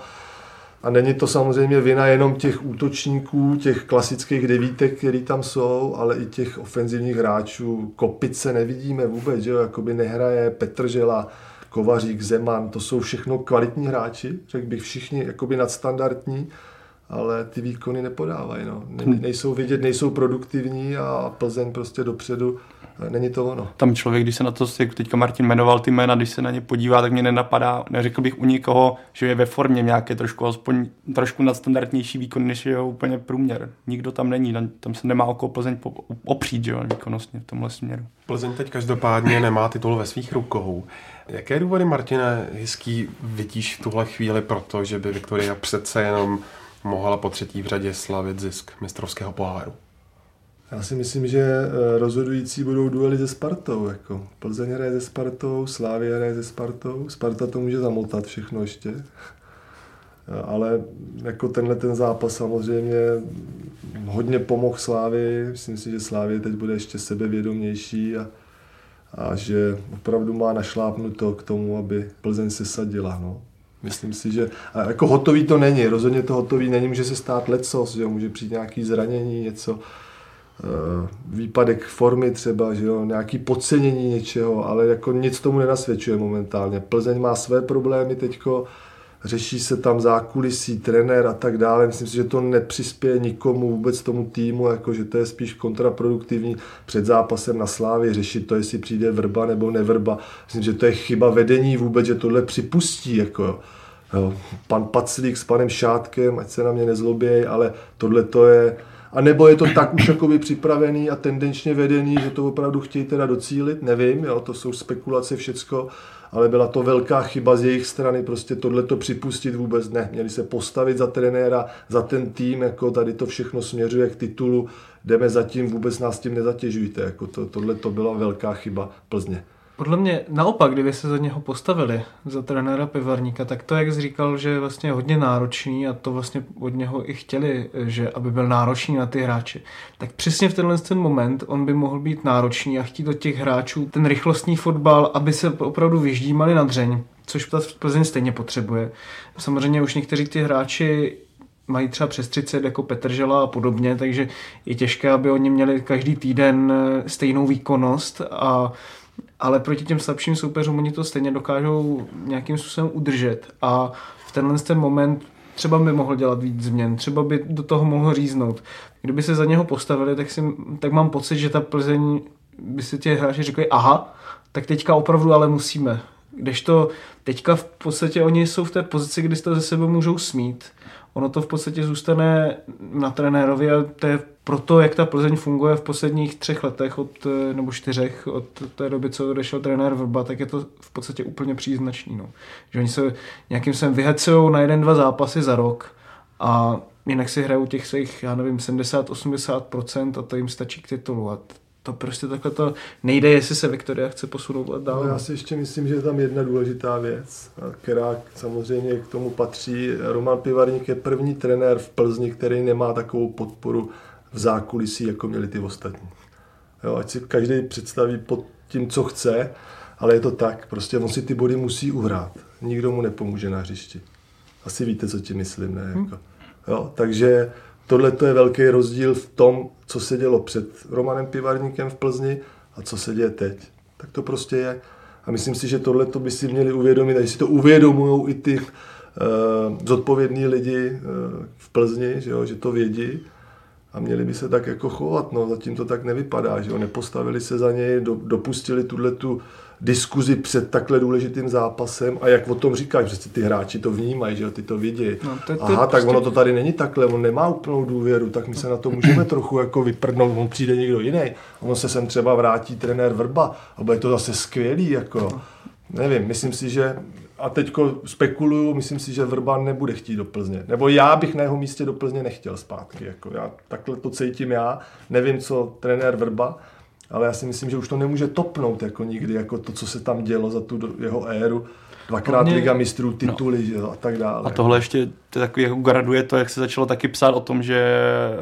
A není to samozřejmě vina jenom těch útočníků, těch klasických devítek, který tam jsou, ale i těch ofenzivních hráčů. Kopice nevidíme vůbec, že jo, jakoby nehraje Petržela, Kovařík, Zeman, to jsou všechno kvalitní hráči, řekl bych všichni jakoby nadstandardní, ale ty výkony nepodávají, no. Ne, nejsou vidět, nejsou produktivní a Plzeň prostě dopředu, není to ono. Tam člověk, když se na to, jak teďka Martin jmenoval ty jména, když se na ně podívá, tak mě nenapadá, neřekl bych u nikoho, že je ve formě nějaké trošku, aspoň trošku nadstandardnější výkon, než je úplně průměr. Nikdo tam není, tam se nemá okolo Plzeň opřít, že jo, výkonnostně v tomhle směru. Plzeň teď každopádně nemá titul ve svých rukou. Jaké důvody, Martine Hezký, vidíš v tuhle chvíli proto, že by Viktoria přece jenom mohla po třetí v řadě slavit zisk mistrovského poháru? Já si myslím, že rozhodující budou duely se Spartou. Jako. Plzeň hraje se Spartou, Slavia hraje se Spartou. Sparta to může zamotat všechno ještě. Ale jako tenhle ten zápas samozřejmě hodně pomohl Slavii. Myslím si, že Slavia teď bude ještě sebevědomější a, a že opravdu má našlápnuto k tomu, aby Plzeň se sadila. No. Myslím si, že a jako hotový to není, rozhodně to hotový není, může se stát lecos, že může přijít nějaký zranění, něco, výpadek formy třeba, že jo, nějaký podcenění něčeho, ale jako nic tomu nenasvědčuje momentálně. Plzeň má své problémy teďko, řeší se tam zákulisí, trenér a tak dále. Myslím si, že to nepřispěje nikomu vůbec tomu týmu, jako že to je spíš kontraproduktivní před zápasem na Slávii řešit to, jestli přijde Vrba nebo nevrba. Myslím, že to je chyba vedení vůbec, že tohle připustí. Jako, jo. Pan Paclík s panem Šátkem, ať se na mě nezlobějí, ale tohle to je... A nebo je to tak už jakoby připravený a tendenčně vedený, že to opravdu chtějí teda docílit, nevím, jo, to jsou spekulace všecko, ale byla to velká chyba z jejich strany, prostě tohleto připustit vůbec ne. Měli se postavit za trenéra, za ten tým, jako tady to všechno směřuje k titulu, jdeme za tím, vůbec nás tím nezatěžujte, jako to, tohleto byla velká chyba Plzně. Podle mě naopak, kdyby se za něho postavili, za trenéra Pivarníka, tak to, jak jsi říkal, že je vlastně hodně náročný a to vlastně od něho i chtěli, že aby byl náročný na ty hráče. Tak přesně v tenhle ten moment on by mohl být náročný a chtít od těch hráčů ten rychlostní fotbal, aby se opravdu vyždímali na dřeň, což ta Plzeň stejně potřebuje. Samozřejmě už někteří ty hráči mají třeba přes třicet jako Petržela a podobně, takže je těžké, aby oni měli každý týden stejnou výkonnost a ale proti těm slabším soupeřům oni to stejně dokážou nějakým způsobem udržet a v tenhle ten moment třeba by mohl dělat víc změn, třeba by do toho mohl říznout. Kdyby se za něho postavili, tak, si, tak mám pocit, že ta Plzeň by si ti hráči řekli, aha, tak teďka opravdu ale musíme. Kdežto teďka v podstatě oni jsou v té pozici, kdy to ze sebe můžou smít. Ono to v podstatě zůstane na trenérovi a to je proto, jak ta Plzeň funguje v posledních třech letech, od, nebo čtyřech, od té doby, co odešel trenér Vrba, tak je to v podstatě úplně příznačný. No. Že oni se nějakým sem vyhecujou na jeden, dva zápasy za rok a jinak si hrajou těch svých, já nevím, sedmdesát osmdesát procent a to jim stačí k titulu. A to prostě takhle to nejde, jestli se Viktoria chce posunout dál. No, já si ještě myslím, že je tam jedna důležitá věc, která samozřejmě k tomu patří. Roman Pivarník je první trenér v Plzni, který nemá takovou podporu v zákulisí, jako měli ty ostatní. Jo, ať si každý představí pod tím, co chce, ale je to tak. Prostě on si ty body musí uhrát. Nikdo mu nepomůže na hřišti. Asi víte, co ti myslím, ne? Jako. Jo, takže tohle je velký rozdíl v tom, co se dělo před Romanem Pivarníkem v Plzni a co se děje teď. Tak to prostě je. A myslím si, že tohle by si měli uvědomit, a že si to uvědomují i ty uh, zodpovědní lidi uh, v Plzni, že, jo, že to vědí a měli by se tak jako chovat. No, zatím to tak nevypadá, že jo. Nepostavili se za něj, do, dopustili tuhletu diskuzi před takhle důležitým zápasem a jak o tom říkáš, že ty hráči to vnímají, že jo, ty to vidí. No, to, to Aha, tak prostě... ono to tady není takhle, on nemá úplnou důvěru, tak my se na to můžeme trochu jako vyprdnout, on přijde někdo jiný, on se sem třeba vrátí trenér Vrba a bude to zase skvělý, jako, nevím, myslím si, že, a teďko spekuluju, myslím si, že Vrba nebude chtít do Plzně, nebo já bych na jeho místě do Plzně nechtěl zpátky, jako, já takhle to cítím já, nevím, co trenér Vrba, ale já si myslím, že už to nemůže topnout jako nikdy, jako to, co se tam dělo za tu jeho éru. Dvakrát Hlavně, Liga mistrů, tituly, no. že, a tak dále. A tohle ještě to takový jako graduje to, jak se začalo taky psát o tom, že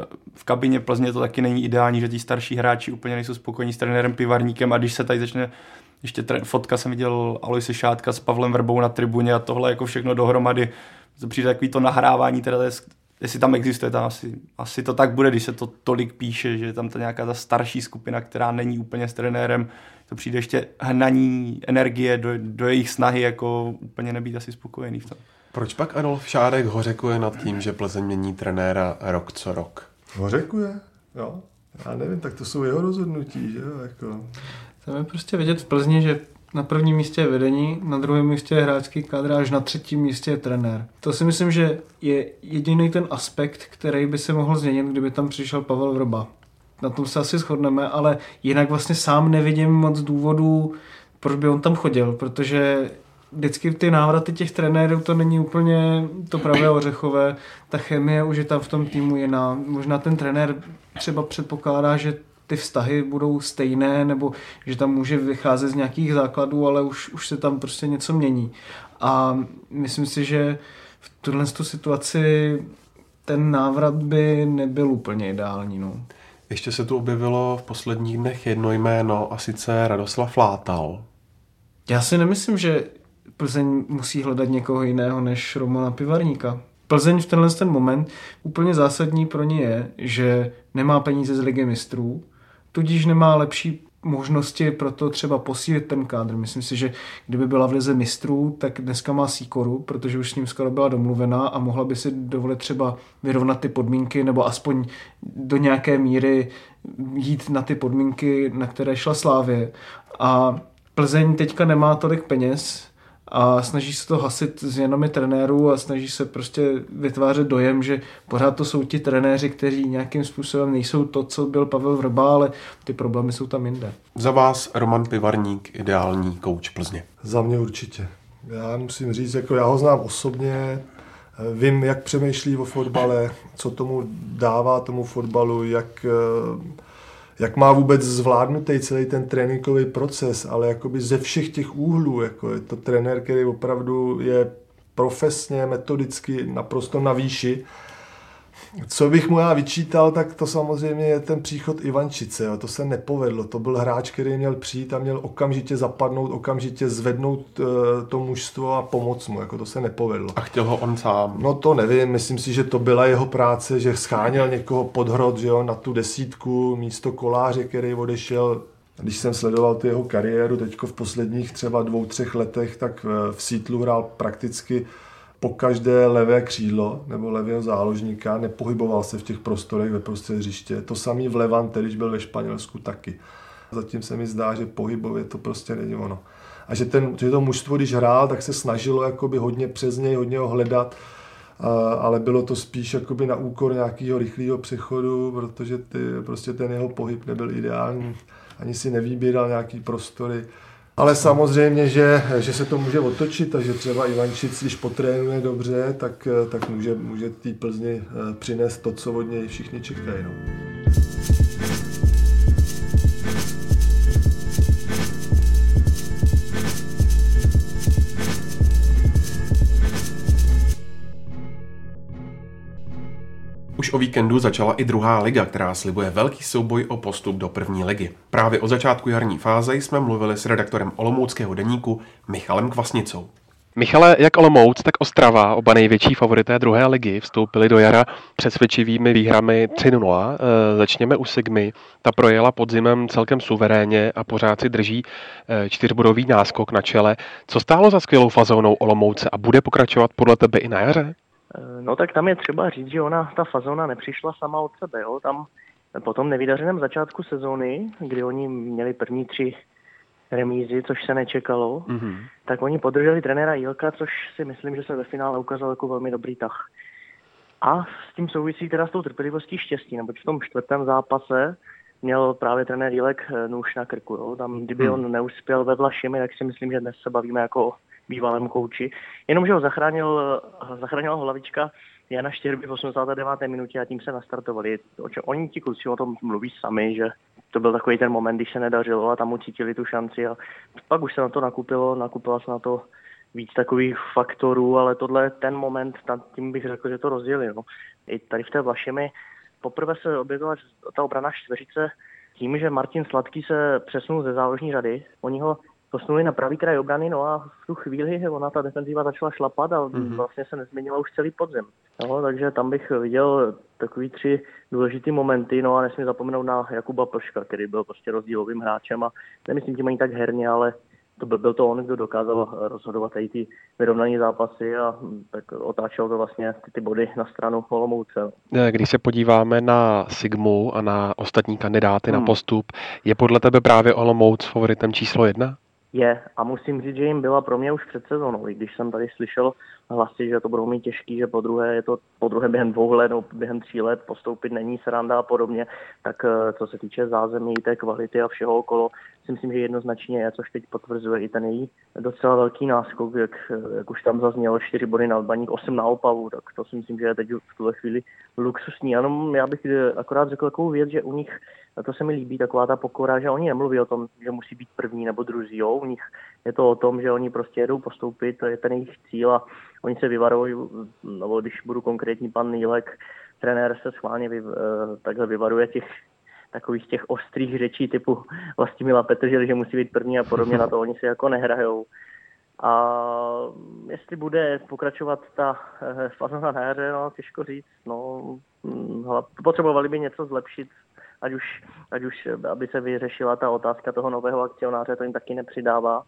v kabině Plzně to taky není ideální, že ti starší hráči úplně nejsou spokojení s trenérem Pivarníkem a když se tady začne ještě tre- fotka jsem viděl Aloise Šátka s Pavlem Vrbou na tribuně a tohle jako všechno dohromady, to přijde takový to nahrávání, teda to je, jestli tam existuje, tam asi, asi to tak bude, když se to tolik píše, že je tam ta nějaká ta starší skupina, která není úplně s trenérem, to přijde ještě hnaní energie do, do jejich snahy, jako úplně nebýt asi spokojený v tom. Proč pak Adolf Šádek hořekuje nad tím, že Plzeň mění trenéra rok co rok? Hořekuje? Jo. Já nevím, tak to jsou jeho rozhodnutí, že jo, jako... Tam je prostě vidět v Plzni, že na prvním místě je vedení, na druhém místě je hráčský kádr a až na třetím místě je trenér. To si myslím, že je jediný ten aspekt, který by se mohl změnit, kdyby tam přišel Pavel Vrba. Na tom se asi shodneme, ale jinak vlastně sám nevidím moc důvodů, proč by on tam chodil, protože vždycky ty návraty těch trenérů to není úplně to pravé ořechové, ta chemie už je tam v tom týmu jiná. Možná ten trenér třeba předpokládá, že ty vztahy budou stejné, nebo že tam může vycházet z nějakých základů, ale už, už se tam prostě něco mění. A myslím si, že v tuhle situaci ten návrat by nebyl úplně ideální. No. Ještě se tu objevilo v posledních dnech jedno jméno, a sice Radoslav Látal. Já si nemyslím, že Plzeň musí hledat někoho jiného než Romana Pivarníka. Plzeň v tenhle ten moment úplně zásadní pro ně je, že nemá peníze z Ligy mistrů, tudíž nemá lepší možnosti pro to třeba posílit ten kádr. Myslím si, že kdyby byla v Lize mistrů, tak dneska má Sýkoru, protože už s ním skoro byla domluvená a mohla by si dovolit třeba vyrovnat ty podmínky nebo aspoň do nějaké míry jít na ty podmínky, na které šla Slavie. A Plzeň teďka nemá tolik peněz a snaží se to hasit změnami trenérů a snaží se prostě vytvářet dojem, že pořád to jsou ti trenéři, kteří nějakým způsobem nejsou to, co byl Pavel Vrba, ale ty problémy jsou tam jinde. Za vás Roman Pivarník ideální kouč Plzně? Za mě určitě. Já musím říct, jako já ho znám osobně, vím, jak přemýšlí o fotbale, co tomu dává tomu fotbalu, jak... jak má vůbec zvládnutý celý ten tréninkový proces, ale jakoby ze všech těch úhlů, jako je to trenér, který opravdu je profesně, metodicky naprosto na výši. Co bych mu já vyčítal, tak to samozřejmě je ten příchod Ivančice. Jo. To se nepovedlo. To byl hráč, který měl přijít a měl okamžitě zapadnout, okamžitě zvednout uh, to mužstvo a pomoct mu. Jako to se nepovedlo. A chtěl ho on sám? No to nevím. Myslím si, že to byla jeho práce, že scháněl někoho pod hrot, že jo, na tu desítku místo Koláře, který odešel. Když jsem sledoval tu jeho kariéru teďko v posledních třeba dvou, třech letech, tak v Sítlu hrál prakticky po každé levé křídlo nebo levého záložníka, nepohyboval se v těch prostorech ve prostřed hřiště. To samý v Levante, když byl ve Španělsku taky. Zatím se mi zdá, že pohybově to prostě není ono. A že, ten, že to mužstvo, když hrál, tak se snažilo jakoby hodně přes něj, hodně ho hledat, ale bylo to spíš jakoby na úkor nějakého rychlého přechodu, protože ty, prostě ten jeho pohyb nebyl ideální, ani si nevybíral nějaký prostory. Ale samozřejmě, že, že se to může otočit a že třeba Ivančic, když potrénuje dobře, tak, tak může, může té Plzni přinést to, co od něj všichni čekají. No. Už o víkendu začala i druhá liga, která slibuje velký souboj o postup do první ligy. Právě od začátku jarní fáze jsme mluvili s redaktorem olomouckého deníku Michalem Kvasnicou. Michale, jak Olomouc, tak Ostrava, oba největší favorité druhé ligy, vstoupili do jara přesvědčivými výhrami tři nula. E, začněme u Sigmy. Ta projela podzimem celkem suverénně a pořád si drží e, čtyřbodový náskok na čele. Co stálo za skvělou fazónou Olomouce a bude pokračovat podle tebe i na jaře? No tak tam je třeba říct, že ona, ta fazona nepřišla sama od sebe. Jo? Tam po tom nevydařeném začátku sezóny, kdy oni měli první tři remízy, což se nečekalo, mm-hmm. tak oni podrželi trenéra Jílka, což si myslím, že se ve finále ukázal jako velmi dobrý tah. A s tím souvisí teda s tou trpělivostí štěstí, neboť v tom čtvrtém zápase měl právě trenér Jílek nůž na krku. Jo? Tam, kdyby mm. on neuspěl ve Vlašimi, tak si myslím, že dnes se bavíme jako o bývalém kouči. Jenomže ho zachránil, zachránila ho hlavička Jana Štěrby v osmdesáté deváté minutě a tím se nastartovali. Oni ti kluci o tom mluví sami, že to byl takový ten moment, když se nedařilo a tam ucítili tu šanci a pak už se na to nakupilo, nakupila se na to víc takových faktorů, ale tohle ten moment, tím bych řekl, že to rozdělili. No. I tady v té Vlašimi poprvé se objevila ta obranná čtveřice tím, že Martin Sladký se přesunul ze záložní řady. Oni ho posunuli na pravý kraj obrany, no a v tu chvíli ona ta defenziva začala šlapat a mm-hmm. vlastně se nezměnila už celý podzem. No, takže tam bych viděl takový tři důležitý momenty, no a nesmím zapomenout na Jakuba Plška, který byl prostě rozdílovým hráčem a nemyslím tím ani tak herně, ale to byl, byl to on, kdo dokázal rozhodovat i ty vyrovnané zápasy a tak otáčel to vlastně ty, ty body na stranu Olomouce. Když se podíváme na Sigmu a na ostatní kandidáty hmm. na postup, je podle tebe právě Olomouc favoritem číslo jedna? Je a musím říct, že jim byla pro mě už před sezónou. I když jsem tady slyšel hlasy, že to budou mít těžký, že po druhé je to po druhé během dvou let nebo během tří let postoupit není sranda a podobně, tak co se týče zázemí, té kvality a všeho okolo, si myslím, že jednoznačně je, což teď potvrzuje i ten její docela velký náskok, jak, jak už tam zaznělo čtyři body na Baník, osm na Opavu, tak to si myslím, že je teď v tuhle chvíli luxusní. Ano, já bych akorát řekl takovou věc, že u nich, a to se mi líbí, taková ta pokora, že oni nemluví o tom, že musí být první nebo druzí, jo? U nich je to o tom, že oni prostě jedou postoupit, to je ten jejich cíl a oni se vyvarují, nebo když budu konkrétní, pan Jílek, trenér se schválně vy, takhle vyvaruje těch takových těch ostrých řečí typu Vlastimila Petržel, že musí být první a podobně, na to oni si jako nehrajou. A jestli bude pokračovat ta fazona na jaře, no těžko říct, no potřebovali by něco zlepšit, ať už, ať už aby se vyřešila ta otázka toho nového akcionáře, to jim taky nepřidává.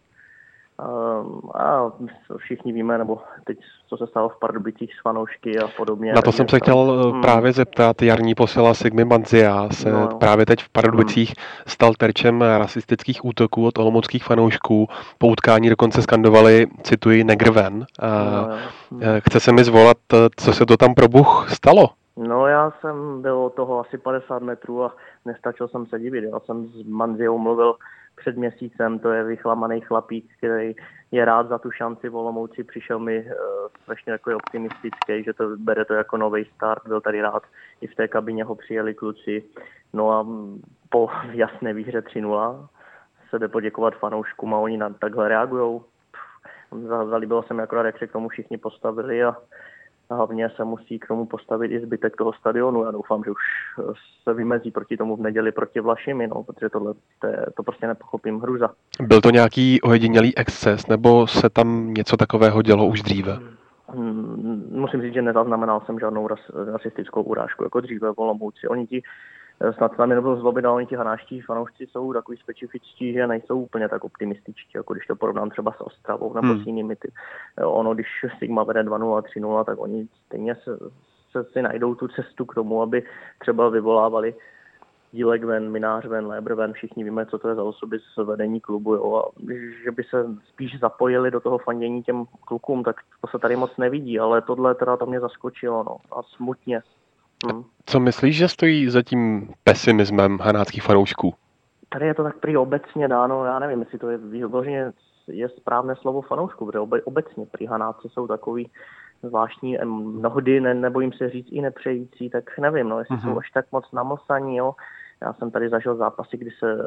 A všichni víme, nebo teď, co se stalo v Pardubicích s fanoušky a podobně. Na to jsem se chtěl hmm. právě zeptat. Jarní posila Sigmy Manzia se no. právě teď v Pardubicích hmm. stal terčem rasistických útoků od olomouckých fanoušků. Po utkání dokonce skandovali, cituji, negrven. No, hmm. Chce se mi zvolat, co se to tam pro Bůh stalo? No já jsem byl od toho asi padesát metrů a nestačil jsem se divit. Já jsem s Manziou mluvil před měsícem, to je vychlamaný chlapík, který je rád za tu šanci v Olomouci, přišel mi uh, strašně takový optimistický, že to bere to jako nový start, byl tady rád, i v té kabině ho přijeli kluci, no a po jasné výhře tři nula se jde poděkovat fanouškům a oni na takhle reagujou. Zalíbilo se mi akorát, jak se k tomu všichni postavili a hlavně se musí k tomu postavit i zbytek toho stadionu. Já doufám, že už se vymezí proti tomu v neděli proti Vlašimi, no, protože tohle to, je, to prostě nepochopím, hruza. Byl to nějaký ojedinělý exces, nebo se tam něco takového dělo už dříve? Hmm, musím říct, že nezaznamenal jsem žádnou ras, rasistickou urážku jako dříve v Olomouci. Oni ti snad tam nebylo zlobit, ale oni ti hanáští fanoušci jsou takový specifičtí, že nejsou úplně tak optimističtí, jako když to porovnám třeba s Ostravou nebo hmm. s jinými. Ty. Ono, když Sigma vede dva nula, tři nula, tak oni stejně se, se si najdou tu cestu k tomu, aby třeba vyvolávali Dílek ven, Minář ven, Lébr ven, všichni víme, co to je za osoby z vedení klubu, jo, a že by se spíš zapojili do toho fandění těm klukům, tak to se tady moc nevidí, ale tohle teda to mě zaskočilo, no, a smutně. Hm. Co myslíš, že stojí za tím pesimismem hanáckých fanoušků? Tady je to tak prý obecně dáno, já nevím, jestli to je vyloženě je správné slovo fanoušku, protože obe, obecně prý hanáci jsou takový zvláštní, mnohdy, ne, nebojím se říct i nepřející, tak nevím, no, jestli mm-hmm. jsou až tak moc namlsaní, jo. Já jsem tady zažil zápasy, kdy se,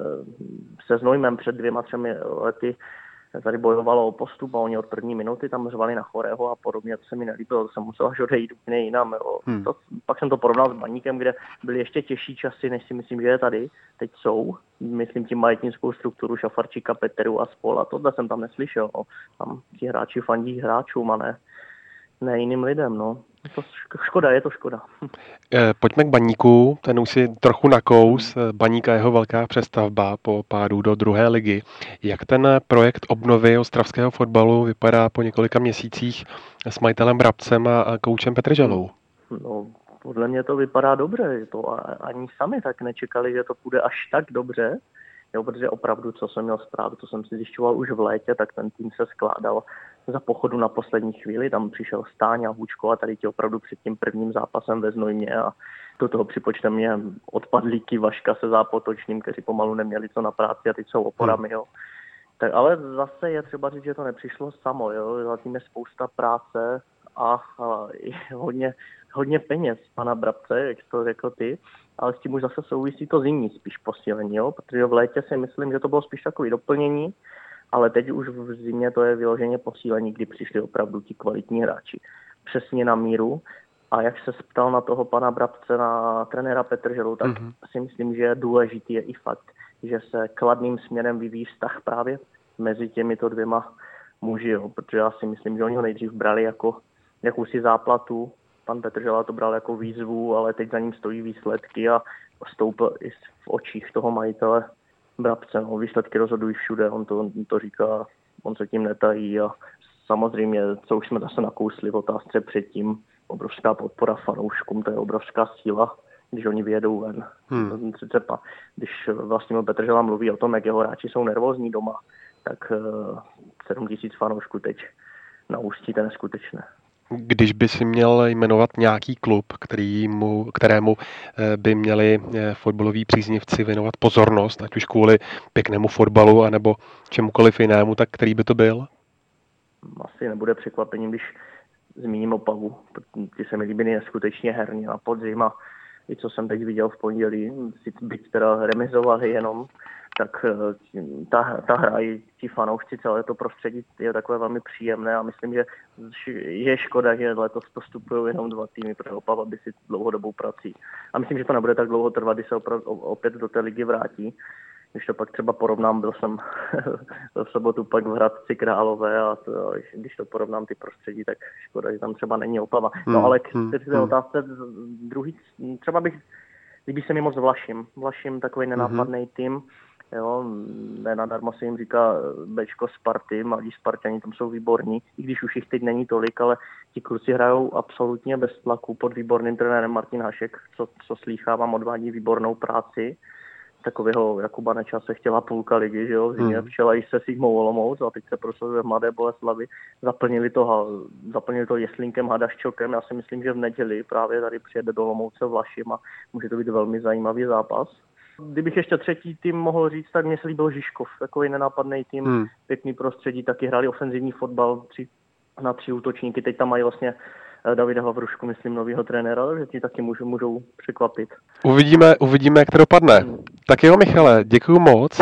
se Znojmem před dvěma, třemi lety tady bojovalo o postup a oni od první minuty tam řvali na chorého a podobně, to se mi nelíbilo, to jsem musel až odejít úplně jinam, jo. Hmm. To, pak jsem to porovnal s Baníkem, kde byly ještě těžší časy, než si myslím, že je tady, teď jsou, myslím tím majetnickou strukturu Šafarčíka, Peteru a spol, a tohle jsem tam neslyšel, no. Tam ti hráči fandí hráčům a ne ne jiným lidem, no. To škoda, je to škoda. Pojďme k Baníku, ten už si trochu nakous, Baník a jeho velká přestavba po pádu do druhé ligy. Jak ten projekt obnovy ostravského fotbalu vypadá po několika měsících s majitelem Brabcem a koučem Petržalou? No, podle mě to vypadá dobře, to ani sami tak nečekali, že to půjde až tak dobře, jo, protože opravdu, co jsem měl zprávu, to jsem si zjišťoval už v létě, tak ten tým se skládal za pochodu na poslední chvíli, tam přišel Stáňa, Hůčko a tady ti opravdu před tím prvním zápasem ve Znojmě a do toho připočtem mě odpadlíky Vaška se Zápotočným, kteří pomalu neměli co na práci a teď jsou oporami, jo. Tak, ale zase je třeba říct, že to nepřišlo samo, jo, za tím je spousta práce a, a i hodně, hodně peněz pana Brabce, jak to řekl ty, ale s tím už zase souvisí to zimní spíš posílení, jo, protože v létě si myslím, že to bylo spíš takové doplnění, ale teď už v zimě to je vyloženě posílení, kdy přišli opravdu ti kvalitní hráči. Přesně na míru. A jak se ptal na toho pana Brabce, na trenéra Petrželu, tak mm-hmm. si myslím, že důležitý je i fakt, že se kladným směrem vyvíjí vztah právě mezi těmito dvěma muži, jo, protože já si myslím, že oni ho nejdřív brali jako jakousi záplatu, pan Petržela to bral jako výzvu, ale teď za ním stojí výsledky a stoupil i v očích toho majitele Brabce, no, výsledky rozhodují všude, on to, on to říká, on se tím netají a samozřejmě, co už jsme zase nakousli v otázce předtím, obrovská podpora fanouškům, to je obrovská síla, když oni vyjedou ven. Hmm. Když vlastně Petržela mluví o tom, jak jeho hráči jsou nervózní doma, tak uh, sedm tisíc fanoušků teď na Ústí, to je neskutečné. Když by si měl jmenovat nějaký klub, kterýmu, kterému by měli fotbaloví příznivci věnovat pozornost, ať už kvůli pěknému fotbalu, anebo čemukoliv jinému, tak který by to byl? Asi nebude překvapením, když zmíním Opavu. Ty se mi líbí neskutečně herně a podzim a i co jsem teď viděl v pondělí, byť teda remizovali jenom, tak ta, ta hra i ti fanoušci, celé to prostředí je takové velmi příjemné a myslím, že je škoda, že letos postupují jenom dva týmy pro Opava, aby si dlouhodobou prací. A myslím, že to nebude tak dlouho trvat, když se opět do té ligy vrátí. Když to pak třeba porovnám, byl jsem v sobotu pak v Hradci Králové a to, když to porovnám ty prostředí, tak škoda, že tam třeba není Opava. No hmm, ale k té hmm, otázce druhý, třeba bych, líbí se mi moc Vlašim. Vlašim takový nenápadný hmm. tým. Jo, nenadarmo se jim říká Bčko Sparty, mladí Spartani tam jsou výborní, i když už jich teď není tolik, ale ti kluci hrajou absolutně bez tlaku pod výborným trenérem Martin Hašek, co, co slýchávám, odvádí výbornou práci. Takového Jakuba Nečase chtěla půlka ligy, že jo, v zimě včela i se Sigmou Olomouc a teď se prosazuje v Mladé Boleslavi, zaplnili to, zaplnili to Jeslínkem Hadaščokem, já si myslím, že v neděli právě tady přijede do Olomouce Vlašim a může to být velmi zajímavý zápas. Kdybych ještě třetí tým mohl říct, tak mě se líbil Žižkov, takový nenápadný tým, hmm. pěkný prostředí, taky hráli ofenzivní fotbal tři, na tři útočníky, teď tam mají vlastně Davida Havrušku, myslím, novýho trenéra, že ti taky můžou, můžou překvapit. Uvidíme, uvidíme, jak to dopadne. Hmm. Tak jo, Michale, děkuju moc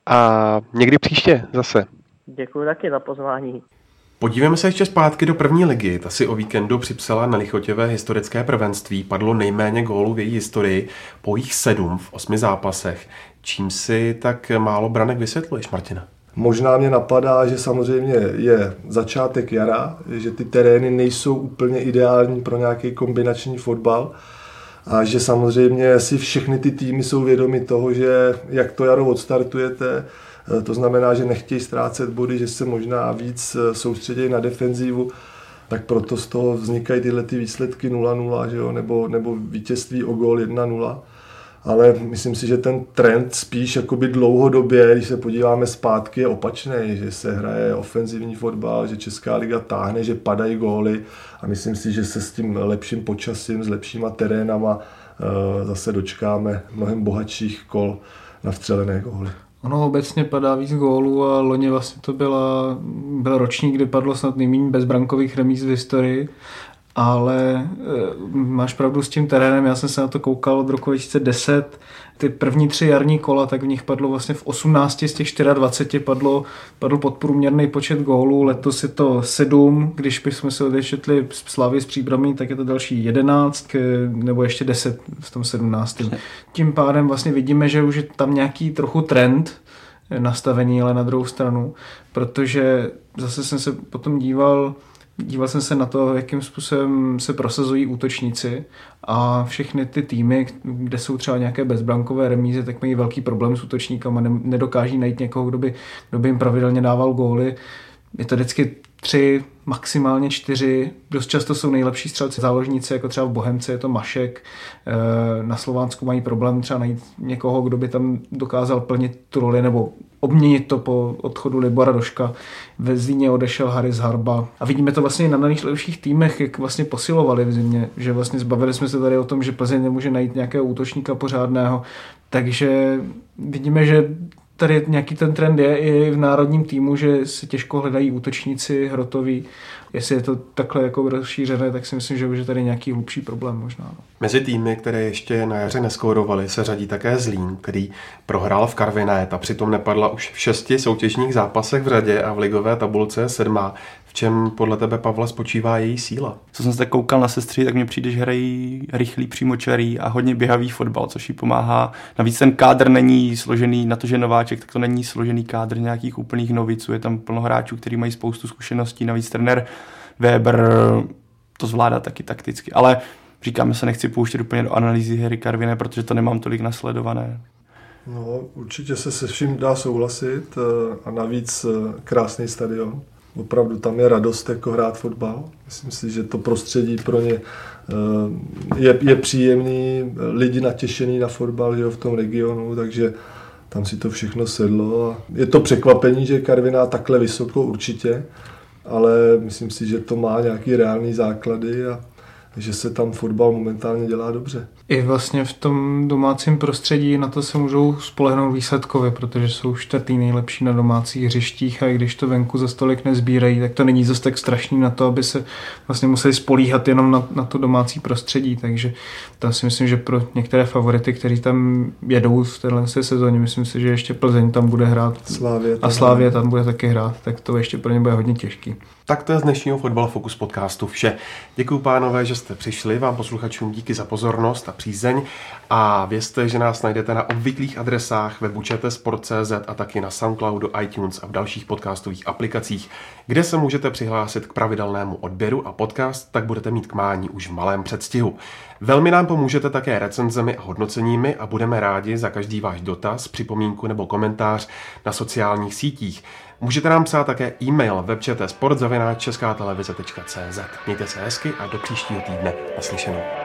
a někdy příště zase. Děkuju taky za pozvání. Podívejme se ještě zpátky do první ligy. Ta si o víkendu připsala na lichotěvé historické prvenství. Padlo nejméně gólů v její historii, po jich sedm v osmi zápasech. Čím si tak málo branek vysvětluješ, Martina? Možná mě napadá, že samozřejmě je začátek jara, že ty terény nejsou úplně ideální pro nějaký kombinační fotbal a že samozřejmě si všechny ty týmy jsou vědomi toho, že jak to jaro odstartujete, to znamená, že nechtějí ztrácet body, že se možná víc soustředí na defenzivu, tak proto z toho vznikají tyhle ty výsledky nula nula, že jo? Nebo, nebo vítězství o gól jedna nula. Ale myslím si, že ten trend spíš jakoby dlouhodobě, když se podíváme zpátky, je opačný, že se hraje ofenzivní fotbal, že Česká liga táhne, že padají góly a myslím si, že se s tím lepším počasím, s lepšíma terénama zase dočkáme mnohem bohatších kol na vstřelené góly. Ono obecně padá víc gólů a loni vlastně to byla, byl ročník, kdy padlo snad nejméně bezbrankových remíz v historii, ale e, máš pravdu s tím terénem, já jsem se na to koukal od roku dva tisíce deset, ty první tři jarní kola, tak v nich padlo vlastně v osmnácti z těch dvaceti čtyři padlo, padl podprůměrný počet gólů, letos je to sedm, když bychom se odečetli Slavii s Příbramí, tak je to další jedenáct, nebo ještě deset v tom sedmnáctém. Tím pádem vlastně vidíme, že už je tam nějaký trochu trend nastavení, ale na druhou stranu, protože zase jsem se potom díval Díval jsem se na to, jakým způsobem se prosazují útočníci a všechny ty týmy, kde jsou třeba nějaké bezbrankové remízy, tak mají velký problém s útočníkama, nedokáží najít někoho, kdo by, kdo by jim pravidelně dával góly. Je to vždycky tři, maximálně čtyři, dost často jsou nejlepší střelci záložníci, jako třeba v Bohemce je to Mašek, na Slovánsku mají problém třeba najít někoho, kdo by tam dokázal plnit tu roli nebo obměnit to po odchodu Libora Doška. Ve Zlíně odešel Haris Harba a vidíme to vlastně na nejlepších týmech, jak vlastně posilovali v zimě, že vlastně zbavili jsme se tady o tom, že Plzeň nemůže najít nějakého útočníka pořádného, takže vidíme, že tady nějaký ten trend je i v národním týmu, že se těžko hledají útočníci hrotoví. Jestli je to takhle jako rozšířené, tak si myslím, že už je tady nějaký hlubší problém možná. No. Mezi týmy, které ještě na jaře neskórovaly, se řadí také Zlín, který prohrál v Karviné a přitom nepadla už v šesti soutěžních zápasech v řadě a v ligové tabulce je sedmá. V čem podle tebe, Pavle, spočívá její síla? Co jsem se tak koukal na sestry, tak mně přijde, že hrají rychlý, přímočarý a hodně běhavý fotbal, což jí pomáhá. Navíc ten kádr není složený, na to, že nováček, tak to není složený kádr nějakých úplných noviců. Je tam plno hráčů, kteří mají spoustu zkušeností. Navíc trenér Weber to zvládá taky takticky. Ale říkáme se, nechci pouštět úplně do analýzy hry Karviné, protože to nemám tolik nasledované. No, určitě se se vším dá souhlasit a navíc krásný stadion. Opravdu tam je radost jako hrát fotbal. Myslím si, že to prostředí pro ně je, je příjemný, lidi natěšený na fotbal, že jo, v tom regionu, takže tam si to všechno sedlo. Je to překvapení, že je Karviná takhle vysoko určitě, ale myslím si, že to má nějaký reálný základy a že se tam fotbal momentálně dělá dobře. I vlastně v tom domácím prostředí na to se můžou spolehnout výsledkově, protože jsou čtvrtý nejlepší na domácích hřištích a i když to venku za stolik nezbírají, tak to není zase tak strašný na to, aby se vlastně museli spolíhat jenom na, na to domácí prostředí, takže tam si myslím, že pro některé favority, kteří tam jedou v téhle sezóně, myslím si, že ještě Plzeň tam bude hrát Slávě a Slávě tam bude taky hrát, tak to ještě pro ně bude hodně těžký. Tak to je z dnešního Fotbal Focus podcastu vše. Děkuji, pánové, že jste přišli, vám posluchačům díky za pozornost a přízeň a vězte, že nás najdete na obvyklých adresách webu č t sport tečka c z a taky na Soundcloudu, iTunes a v dalších podcastových aplikacích, kde se můžete přihlásit k pravidelnému odběru a podcast tak budete mít k mání už v malém předstihu. Velmi nám pomůžete také recenzemi a hodnoceními a budeme rádi za každý váš dotaz, připomínku nebo komentář na sociálních sítích. Můžete nám psát také e-mail webčtsport zavináč česká televize tečka cé zet. Mějte se hezky a do příštího týdne. Naslyšenou.